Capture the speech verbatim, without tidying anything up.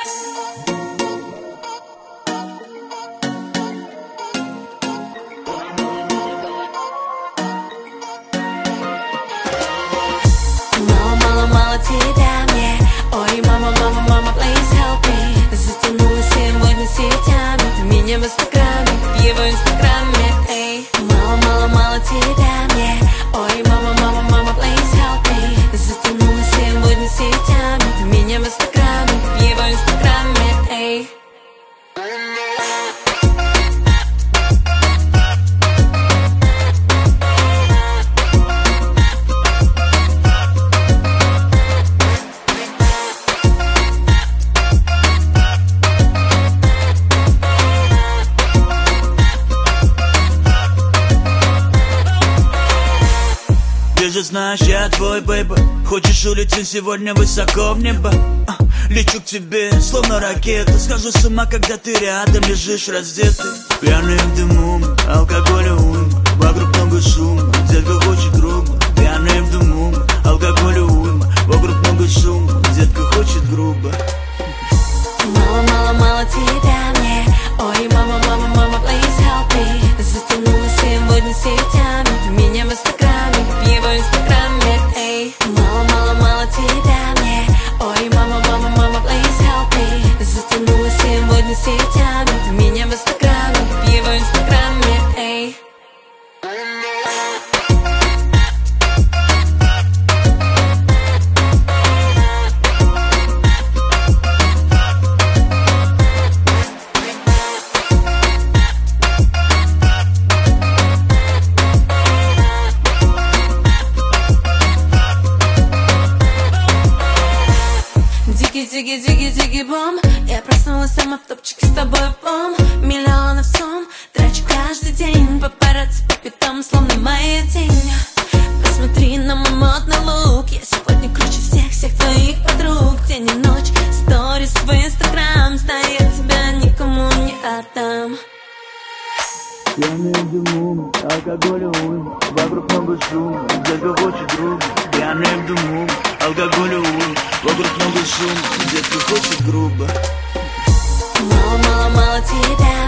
Мало тебя мне, ой, мама, мама, мама, please help me. Затянула сегодня сетями, меня в инстаграме, в его инстаграме, эй. Мало, мало, мало тебя мне, ой, мама, мама, мама, please help me. Затянула сегодня сетями, меня в инстаграме, в его инстаграме, эй. Ты же знаешь, я твой бэйба. Хочешь улететь сегодня высоко в небо? а, Лечу к тебе, словно ракета. Схожу с ума, когда ты рядом лежишь раздетый. Пьяный в дыму, алкоголя уйма, вокруг много шума, детка хочет грубо. Пьяный в дыму, алкоголя уйма, вокруг много шума, детка хочет грубо. Мало, мало, мало тебя мне, ой, мама, мама, мама, please help me. Затянула сегодня сетями, меня в инстаграме, в его инстаграме, эй. Мало, мало, мало тебя мне, ой, мама, мама, мама, please help me. Затянула сегодня сетями, меня в инстаграме, в его инстаграме, эй. Дикий-дикий-дикий-дикий-бом. Я проснулась сама в топчике с тобой в бом. Миллионов сумм трачу каждый день. Папарацци по пятам, словно моя тень. Посмотри на мой модный лук. Я сегодня круче всех-всех твоих подруг. День и ночь, сторис в инстаграм. Знаю, я тебя никому не отдам. Пьяный в дыму, алкоголя уйма, вокруг много шума, детка хочет друга. Пьяный в дыму, алкоголя уйма, вокруг много шума, детка хочет грубо. Мало, мало, мало тебя